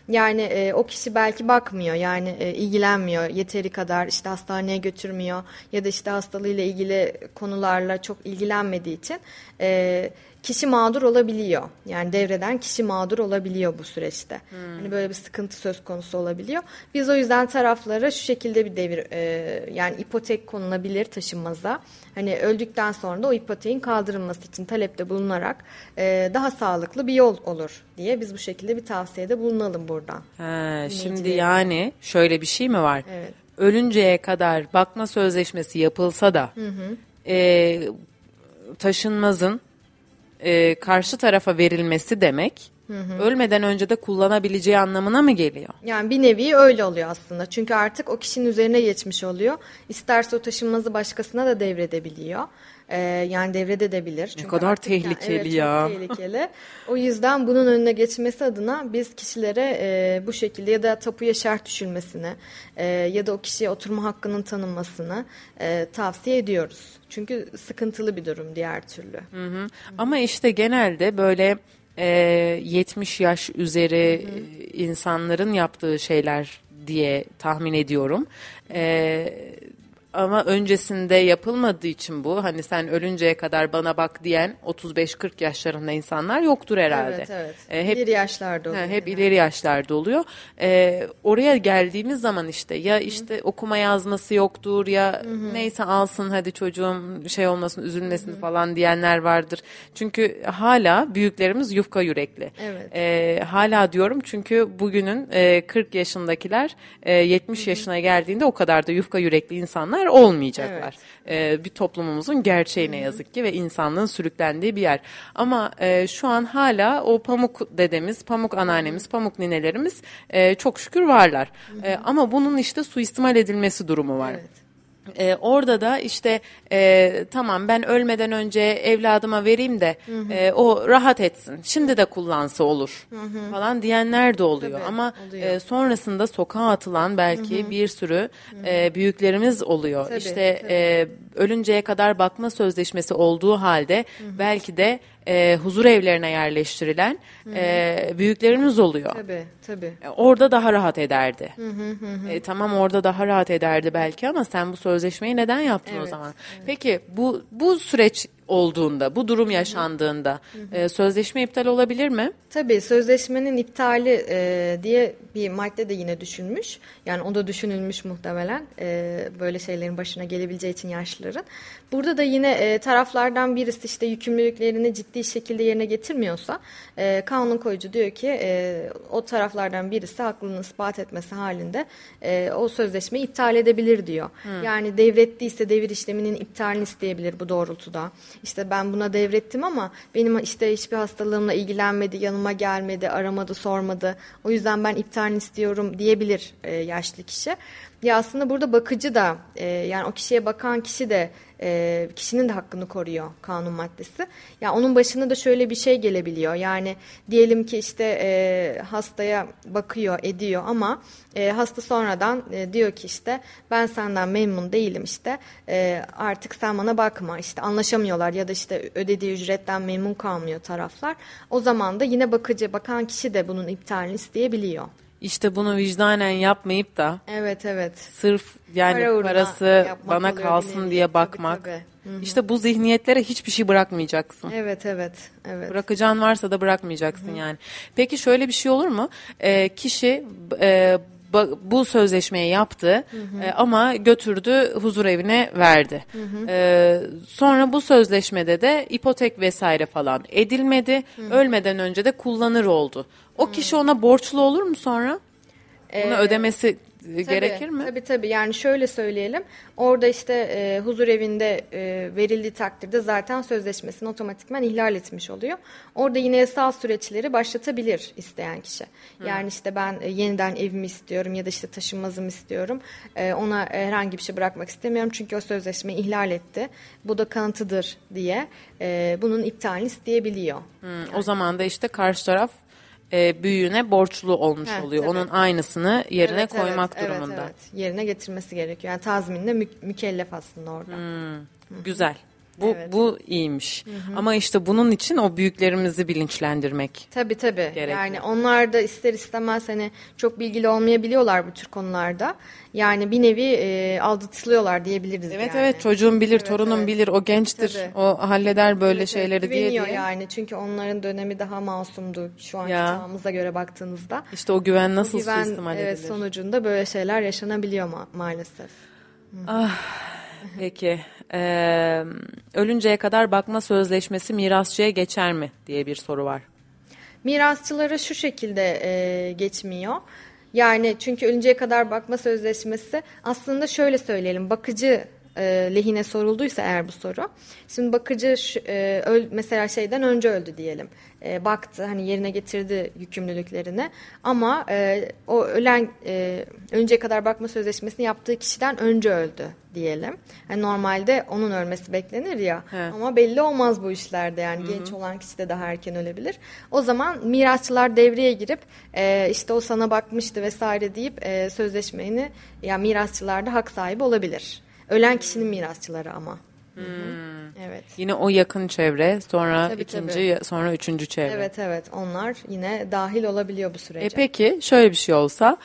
Yani o kişi belki bakmıyor, yani ilgilenmiyor yeteri kadar, işte hastaneye götürmüyor ya da işte hastalığıyla ilgili konularla çok ilgilenmediği için kişi mağdur olabiliyor. Yani devreden kişi mağdur olabiliyor bu süreçte. Hani böyle bir sıkıntı söz konusu olabiliyor. Biz o yüzden taraflara şu şekilde bir yani ipotek konulabilir taşınmaza. Hani öldükten sonra da o ipoteğin kaldırılması için talepte bulunarak daha sağlıklı bir yol olur diye biz bu şekilde bir tavsiyede bulunalım buradan. Şimdi yani şöyle bir şey mi var? Evet. Ölünceye kadar bakma sözleşmesi yapılsa da taşınmazın karşı tarafa verilmesi demek ölmeden önce de kullanabileceği anlamına mı geliyor? Yani bir nevi öyle oluyor aslında. Çünkü artık o kişinin üzerine geçmiş oluyor. İsterse o taşınmazı başkasına da devredebiliyor. Yani devredebilir. Ne kadar tehlikeli ya. Evet, çok tehlikeli. O yüzden bunun önüne geçmesi adına biz kişilere bu şekilde ya da tapuya şerh düşülmesini ya da o kişiye oturma hakkının tanınmasını tavsiye ediyoruz. Çünkü sıkıntılı bir durum diğer türlü. Ama işte genelde böyle 70 yaş üzeri insanların yaptığı şeyler diye tahmin ediyorum. Ama öncesinde yapılmadığı için bu, hani sen ölünceye kadar bana bak diyen 35-40 yaşlarında insanlar yoktur herhalde. Evet. Hep ileri yaşlarda oluyor. Hep ileri yaşlarda oluyor. Oraya geldiğimiz zaman işte ya işte okuma yazması yoktur ya neyse alsın hadi çocuğum şey olmasın üzülmesin falan diyenler vardır. Çünkü hala büyüklerimiz yufka yürekli. Evet. Hala diyorum çünkü bugünün 40 yaşındakiler 70 yaşına geldiğinde o kadar da yufka yürekli insanlar olmayacaklar. Bir toplumumuzun gerçeği ne yazık ki ve insanlığın sürüklendiği bir yer. Ama şu an hala o pamuk dedemiz, pamuk anneannemiz, pamuk ninelerimiz çok şükür varlar. Ama bunun işte suistimal edilmesi durumu var. Evet. Orada da işte tamam ben ölmeden önce evladıma vereyim de o rahat etsin. Şimdi de kullansa olur falan diyenler de oluyor. Tabii, ama oluyor. Sonrasında sokağa atılan belki bir sürü büyüklerimiz oluyor. Tabii, işte tabii. Ölünceye kadar bakma sözleşmesi olduğu halde belki de huzur evlerine yerleştirilen büyüklerimiz oluyor. Tabii. Orada daha rahat ederdi. Tamam orada daha rahat ederdi belki ama sen bu sözleşmeyi neden yaptın o zaman? Peki bu süreç olduğunda, bu durum yaşandığında sözleşme iptal olabilir mi? Tabii sözleşmenin iptali diye bir madde de yine düşünmüş. Yani o da düşünülmüş muhtemelen böyle şeylerin başına gelebileceği için yaşlıların. Burada da yine taraflardan birisi işte yükümlülüklerini ciddi şekilde yerine getirmiyorsa kanun koyucu diyor ki o taraflardan birisi haklılığını ispat etmesi halinde o sözleşmeyi iptal edebilir diyor. Yani devrettiyse devir işleminin iptalini isteyebilir bu doğrultuda. İşte ben buna devrettim ama benim işte hiçbir hastalığımla ilgilenmedi, yanıma gelmedi, aramadı, sormadı. O yüzden ben iptalini istiyorum diyebilir yaşlı kişi. Ya aslında burada bakıcı da yani o kişiye bakan kişi de kişinin de hakkını koruyor kanun maddesi. Ya onun başına da şöyle bir şey gelebiliyor. Yani diyelim ki işte hastaya bakıyor, ediyor ama hasta sonradan diyor ki işte ben senden memnun değilim işte artık sen bana bakma, işte anlaşamıyorlar ya da işte ödediği ücretten memnun kalmıyor taraflar. O zaman da yine bakan kişi de bunun iptalini isteyebiliyor. İşte bunu vicdanen yapmayıp da Evet. sırf yani parası bana kalsın diye bakmak. Tabii. İşte bu zihniyetlere hiçbir şey bırakmayacaksın. Evet. Bırakacağın varsa da bırakmayacaksın yani. Peki şöyle bir şey olur mu? Kişi bu sözleşmeyi yaptı ama götürdü huzur evine verdi. Sonra bu sözleşmede de ipotek vesaire falan edilmedi. Ölmeden önce de kullanır oldu. O kişi ona borçlu olur mu sonra? Bunu ödemesi gerekir mi? Tabii. Yani şöyle söyleyelim. Orada işte huzur evinde verildiği takdirde zaten sözleşmesini otomatikman ihlal etmiş oluyor. Orada yine yasal süreçleri başlatabilir isteyen kişi. Yani işte ben yeniden evimi istiyorum ya da işte taşınmazımı istiyorum. Ona herhangi bir şey bırakmak istemiyorum çünkü o sözleşmeyi ihlal etti. Bu da kanıtıdır diye bunun iptalini isteyebiliyor. O zaman da işte karşı taraf büyüğüne borçlu olmuş oluyor. Tabii. Onun aynısını yerine koymak durumunda. Evet. Yerine getirmesi gerekiyor. Yani tazminle mükellef aslında orada. Güzel. Evet. Bu iyiymiş. Ama işte bunun için o büyüklerimizi bilinçlendirmek. Tabii. Gerekli. Yani onlar da ister istemez hani çok bilgili olmayabiliyorlar bu tür konularda. Yani bir nevi aldatılıyorlar diyebiliriz Evet yani. evet, çocuğum bilir, Evet, torunum evet. bilir, o gençtir. Tabii. O halleder böyle Evet, şeyleri diye güveniyor diye. yani. Çünkü onların dönemi daha masumdu şu anki Ya. çağımıza göre baktığınızda. İşte o güven nasıl Güven suistimal evet, edilir? sonucunda böyle şeyler yaşanabiliyor maalesef. Peki, ölünceye kadar bakma sözleşmesi mirasçıya geçer mi diye bir soru var. Mirasçılara şu şekilde geçmiyor. Yani çünkü ölünceye kadar bakma sözleşmesi aslında şöyle söyleyelim, bakıcı lehine sorulduysa eğer bu soru. Şimdi bakıcı mesela şeyden önce öldü diyelim. Baktı, hani yerine getirdi yükümlülüklerini ama o ölünceye kadar bakma sözleşmesini yaptığı kişiden önce öldü diyelim. Yani normalde onun ölmesi beklenir ya. He. Ama belli olmaz bu işlerde, yani genç olan kişi de daha erken ölebilir. O zaman mirasçılar devreye girip işte o sana bakmıştı vesaire deyip sözleşmeni, yani mirasçılar da hak sahibi olabilir. Ölen kişinin mirasçıları ama. Evet. Yine o yakın çevre, sonra Tabii, ikinci, sonra üçüncü çevre. Evet, onlar yine dahil olabiliyor bu sürece. Peki şöyle bir şey olsa,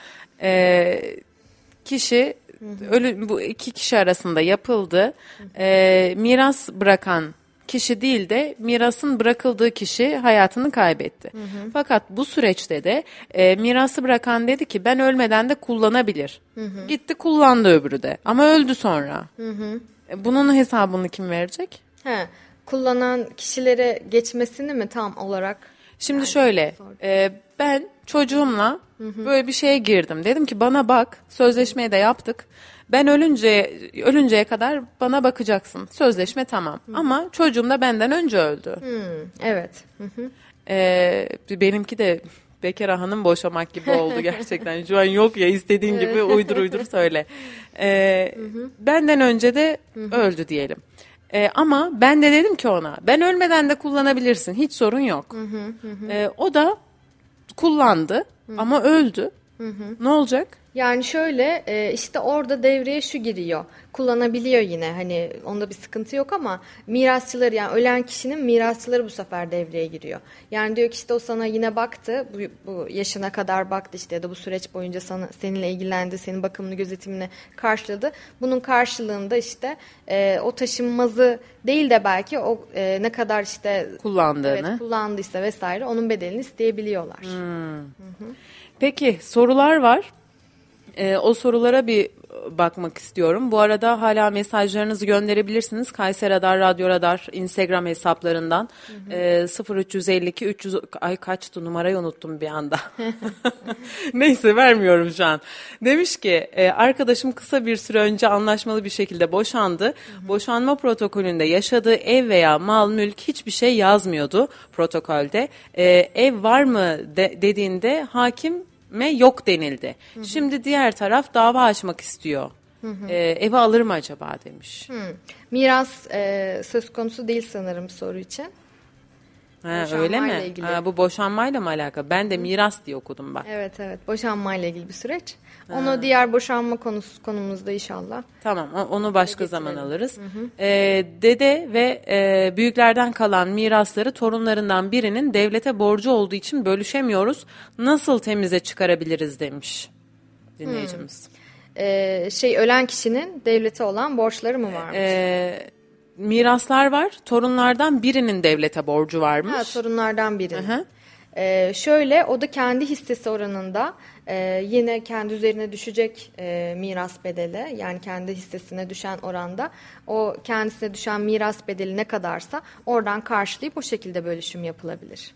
kişi bu iki kişi arasında yapıldı, miras bırakan kişi değil de mirasın bırakıldığı kişi hayatını kaybetti. Fakat bu süreçte de mirası bırakan dedi ki ben ölmeden de kullanabilir. Gitti kullandı öbürü de ama öldü sonra. Bunun hesabını kim verecek? Kullanan kişilere geçmesini mi tam olarak? Şimdi Yani şöyle, ben çocuğumla böyle bir şeye girdim. Dedim ki bana bak, sözleşmeyi de yaptık. Ben ölünceye kadar bana bakacaksın. Sözleşme tamam. Ama çocuğum da benden önce öldü. Evet. Benimki de bekar hanım boşamak gibi oldu gerçekten. Şu an yok ya, istediğin gibi uydur söyle. Benden önce de öldü diyelim. Ama ben de dedim ki ona, ben ölmeden de kullanabilirsin, hiç sorun yok. O da kullandı ama öldü. Ne olacak? Yani şöyle işte orada devreye şu giriyor. Kullanabiliyor yine, hani onda bir sıkıntı yok ama mirasçıları, yani ölen kişinin mirasçıları bu sefer devreye giriyor. Yani diyor ki işte o sana yine baktı, bu yaşına kadar baktı işte, ya da bu süreç boyunca seninle ilgilendi, senin bakımını gözetimini karşıladı. Bunun karşılığında işte o taşınmazı değil de belki o ne kadar işte Kullandığını. kullandıysa vesaire onun bedelini isteyebiliyorlar. Peki sorular var. O sorulara bir bakmak istiyorum. Bu arada hala mesajlarınızı gönderebilirsiniz. Kayseri Radar, Radyo Radar Instagram hesaplarından. 0352 300 kaçtı, numarayı unuttum bir anda. Neyse, vermiyorum şu an. Demiş ki arkadaşım kısa bir süre önce anlaşmalı bir şekilde boşandı. Boşanma protokolünde yaşadığı ev veya mal mülk hiçbir şey yazmıyordu protokolde. Ev var mı dediğinde hakim yok denildi. Şimdi diğer taraf dava açmak istiyor. Evi alır mı acaba demiş. Miras söz konusu değil sanırım soru için. Öyle mi? Ilgili. Bu boşanmayla mı alakalı? Ben de miras diye okudum bak. Evet. Boşanmayla ilgili bir süreç. Onu diğer boşanma konumuzda inşallah. Tamam, onu başka zaman alırız. Dede ve büyüklerden kalan mirasları torunlarından birinin devlete borcu olduğu için bölüşemiyoruz. Nasıl temize çıkarabiliriz demiş dinleyicimiz. Ölen kişinin devlete olan borçları mı varmış? Miraslar var. Torunlardan birinin devlete borcu varmış. Torunlardan birinin. Şöyle, o da kendi hissesi oranında yine kendi üzerine düşecek miras bedeli, yani kendi hissesine düşen oranda o kendisine düşen miras bedeli ne kadarsa oradan karşılayıp o şekilde bölüşüm yapılabilir.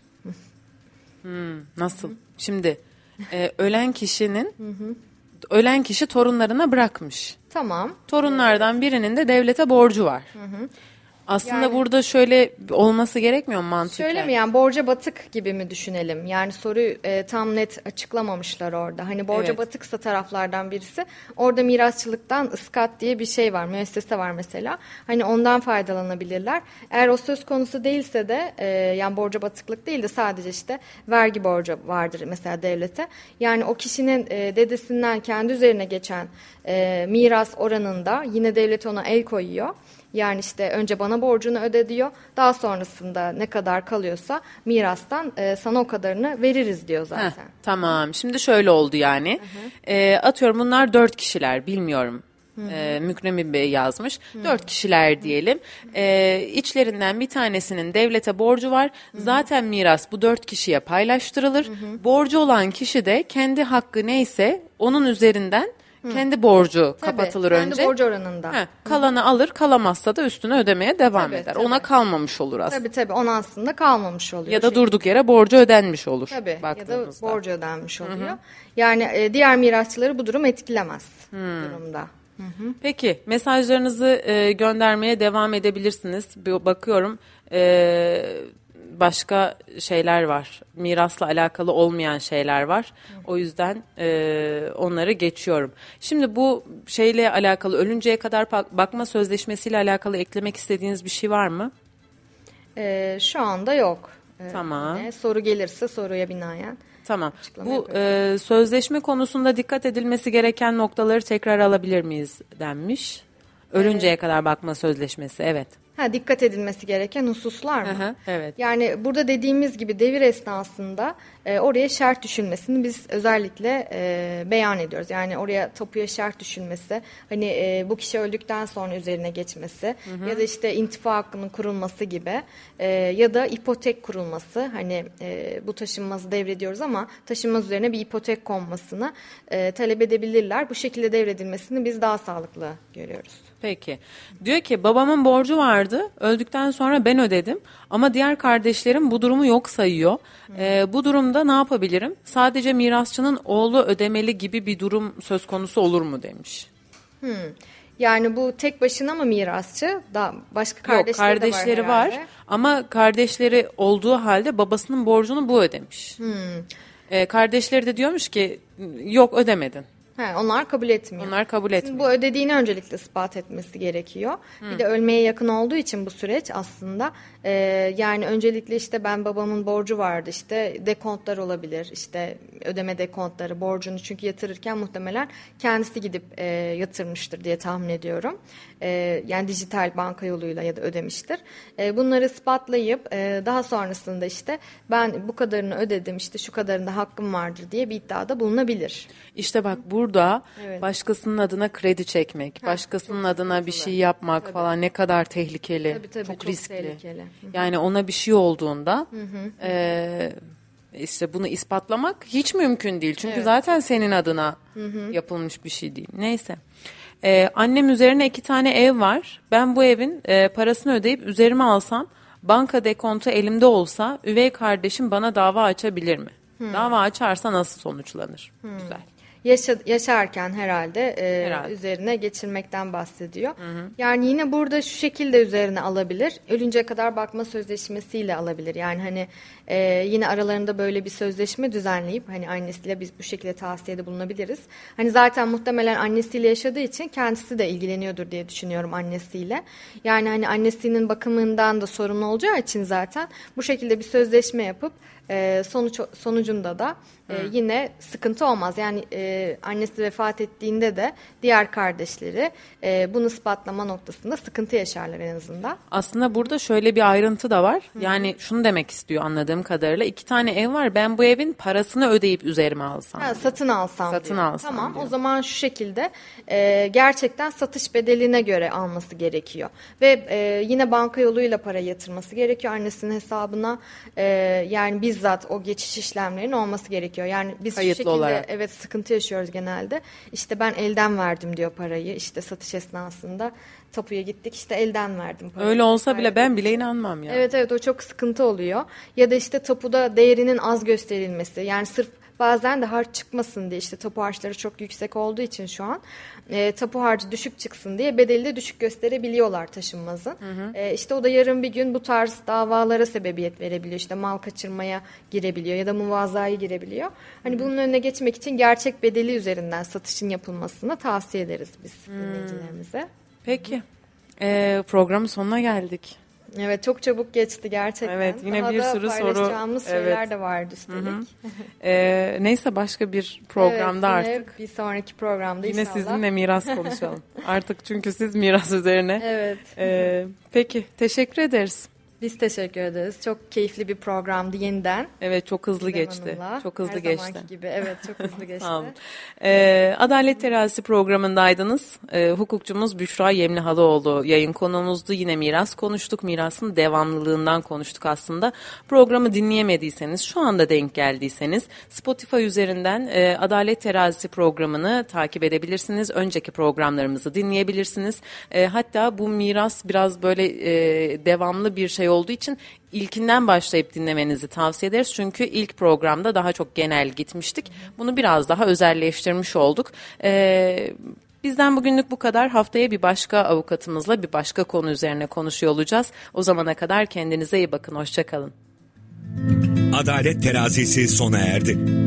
Nasıl? Şimdi ölen kişi torunlarına bırakmış. Tamam. Torunlardan birinin de devlete borcu var. Aslında Yani- burada şöyle olması gerekmiyor mu mantıken? Şöyle mi, yani borca batık gibi mi düşünelim? Yani soruyu tam net açıklamamışlar orada. Hani borca Evet. batıksa taraflardan birisi, orada mirasçılıktan ıskat diye bir şey var, müessese var mesela. Hani ondan faydalanabilirler. Eğer o söz konusu değilse de yani borca batıklık değil de sadece işte vergi borcu vardır mesela devlete. Yani o kişinin dedesinden kendi üzerine geçen miras oranında yine devlet ona el koyuyor. Yani işte önce bana borcunu öde diyor. Daha sonrasında ne kadar kalıyorsa mirastan sana o kadarını veririz diyor zaten. Tamam. Şimdi şöyle oldu yani. Atıyorum bunlar 4 kişiler, bilmiyorum. Mükremin Bey yazmış. 4 kişiler diyelim. İçlerinden bir tanesinin devlete borcu var. Zaten miras bu 4 kişiye paylaştırılır. Borcu olan kişi de kendi hakkı neyse onun üzerinden kendi borcu kapatılır kendi önce. borcu oranında. Kalanı alır, kalamazsa da üstüne ödemeye devam eder. Ona kalmamış olur aslında. Tabii ona aslında kalmamış oluyor. Ya da durduk yere borcu ödenmiş olur. Tabii ya da baktığımızda. borcu ödenmiş oluyor. Yani diğer mirasçıları bu durum etkilemez durumda. Peki mesajlarınızı göndermeye devam edebilirsiniz. Bakıyorum başka şeyler var. Mirasla alakalı olmayan şeyler var. O yüzden onları geçiyorum. Şimdi bu şeyle alakalı ölünceye kadar bakma sözleşmesiyle alakalı eklemek istediğiniz bir şey var mı? Şu anda yok. Tamam. Soru gelirse soruya binaen. Tamam. Bu sözleşme konusunda dikkat edilmesi gereken noktaları tekrar alabilir miyiz denmiş. Ölünceye kadar bakma sözleşmesi, evet. Dikkat edilmesi gereken hususlar mı? Evet. Yani burada dediğimiz gibi devir esnasında oraya şart düşülmesini biz özellikle beyan ediyoruz. Yani oraya tapuya şart düşülmesi, hani bu kişi öldükten sonra üzerine geçmesi ya da işte intifa hakkının kurulması gibi ya da ipotek kurulması. Hani bu taşınmazı devrediyoruz ama taşınmaz üzerine bir ipotek konmasını talep edebilirler. Bu şekilde devredilmesini biz daha sağlıklı görüyoruz. Peki. Diyor ki babamın borcu vardı. Öldükten sonra ben ödedim. Ama diğer kardeşlerim bu durumu yok sayıyor. Bu durumda ne yapabilirim? Sadece mirasçının oğlu ödemeli gibi bir durum söz konusu olur mu demiş. Yani bu tek başına mı mirasçı? Başka kardeşleri de var herhalde. Kardeşleri var ama kardeşleri olduğu halde babasının borcunu bu ödemiş. Kardeşleri de diyormuş ki yok ödemedin. Onlar kabul etmiyor. Onlar kabul etmiyor. Şimdi bu ödediğini öncelikle ispat etmesi gerekiyor. Bir de ölmeye yakın olduğu için bu süreç aslında yani öncelikle işte ben babamın borcu vardı, işte dekontlar olabilir, işte ödeme dekontları, borcunu çünkü yatırırken muhtemelen kendisi gidip yatırmıştır diye tahmin ediyorum. Yani dijital banka yoluyla ya da ödemiştir. Bunları ispatlayıp daha sonrasında işte ben bu kadarını ödedim, işte şu kadarında hakkım vardır diye bir iddiada bulunabilir. İşte bak burada başkasının adına kredi çekmek, başkasının adına bir şey yapmak falan ne kadar tehlikeli, çok riskli. Tehlikeli. Yani ona bir şey olduğunda işte bunu ispatlamak hiç mümkün değil. Çünkü zaten senin adına yapılmış bir şey değil. Neyse. Annem üzerine 2 tane ev var. Ben bu evin parasını ödeyip üzerime alsam, banka dekontu elimde olsa üvey kardeşim bana dava açabilir mi? Dava açarsa nasıl sonuçlanır? Güzel. Yaşarken herhalde üzerine geçirmekten bahsediyor. Yani yine burada şu şekilde üzerine alabilir. Ölünceye kadar bakma sözleşmesiyle alabilir. Yani hani yine aralarında böyle bir sözleşme düzenleyip hani annesiyle biz bu şekilde tavsiyede bulunabiliriz. Hani zaten muhtemelen annesiyle yaşadığı için kendisi de ilgileniyordur diye düşünüyorum annesiyle. Yani hani annesinin bakımından da sorumlu olacağı için zaten bu şekilde bir sözleşme yapıp sonucunda da yine sıkıntı olmaz. Yani annesi vefat ettiğinde de diğer kardeşleri bunu ispatlama noktasında sıkıntı yaşarlar en azından. Aslında burada şöyle bir ayrıntı da var. Yani şunu demek istiyor anladığım kadarıyla. 2 tane ev var. Ben bu evin parasını ödeyip üzerime alsam. Satın alsam Satın diyor. alsam Tamam diyor. O zaman şu şekilde gerçekten satış bedeline göre alması gerekiyor. Ve yine banka yoluyla para yatırması gerekiyor annesinin hesabına. Yani bizzat o geçiş işlemlerinin olması gerekiyor. Yani biz Kayıtlı şu şekilde olarak. sıkıntı yaşıyoruz genelde. İşte ben elden verdim diyor parayı. İşte satış esnasında tapuya gittik, işte elden verdim parayı. Öyle olsa bile ben bile inanmam ya. Evet o çok sıkıntı oluyor. Ya da işte tapuda değerinin az gösterilmesi. Yani sırf bazen de harç çıkmasın diye, işte tapu harçları çok yüksek olduğu için şu an tapu harcı düşük çıksın diye bedeli de düşük gösterebiliyorlar taşınmazın. İşte o da yarın bir gün bu tarz davalara sebebiyet verebiliyor. İşte mal kaçırmaya girebiliyor ya da muvazaya girebiliyor. Hani bunun önüne geçmek için gerçek bedeli üzerinden satışın yapılmasını tavsiye ederiz biz dinleyicilerimize. Peki. Programın sonuna geldik. Evet, çok çabuk geçti gerçekten. Evet, yine daha bir da sürü soru. paylaşacağımız şeyler Evet. de vardı üstelik. Neyse başka bir programda evet, yine artık. bir sonraki programda Yine inşallah. sizinle miras konuşalım. Artık çünkü siz miras üzerine. Evet. Peki, teşekkür ederiz. Biz teşekkür ederiz. Çok keyifli bir programdı yeniden. Evet, çok hızlı Gizem geçti. Hanım'la. Çok hızlı Her geçti. zamanki gibi. Evet, çok hızlı geçti. Sağ olun. Adalet Terazisi programındaydınız. Hukukçumuz Büşra Yemlihalıoğlu yayın konuğumuzdu. Yine miras konuştuk. Mirasın devamlılığından konuştuk aslında. Programı dinleyemediyseniz, şu anda denk geldiyseniz Spotify üzerinden Adalet Terazisi programını takip edebilirsiniz. Önceki programlarımızı dinleyebilirsiniz. Hatta bu miras biraz böyle devamlı bir şey olduğu için İlkinden başlayıp dinlemenizi tavsiye ederiz. Çünkü ilk programda daha çok genel gitmiştik. Bunu biraz daha özelleştirmiş olduk. Bizden bugünlük bu kadar. Haftaya bir başka avukatımızla bir başka konu üzerine konuşuyor olacağız. O zamana kadar kendinize iyi bakın. Hoşça kalın. Adalet Terazisi sona erdi.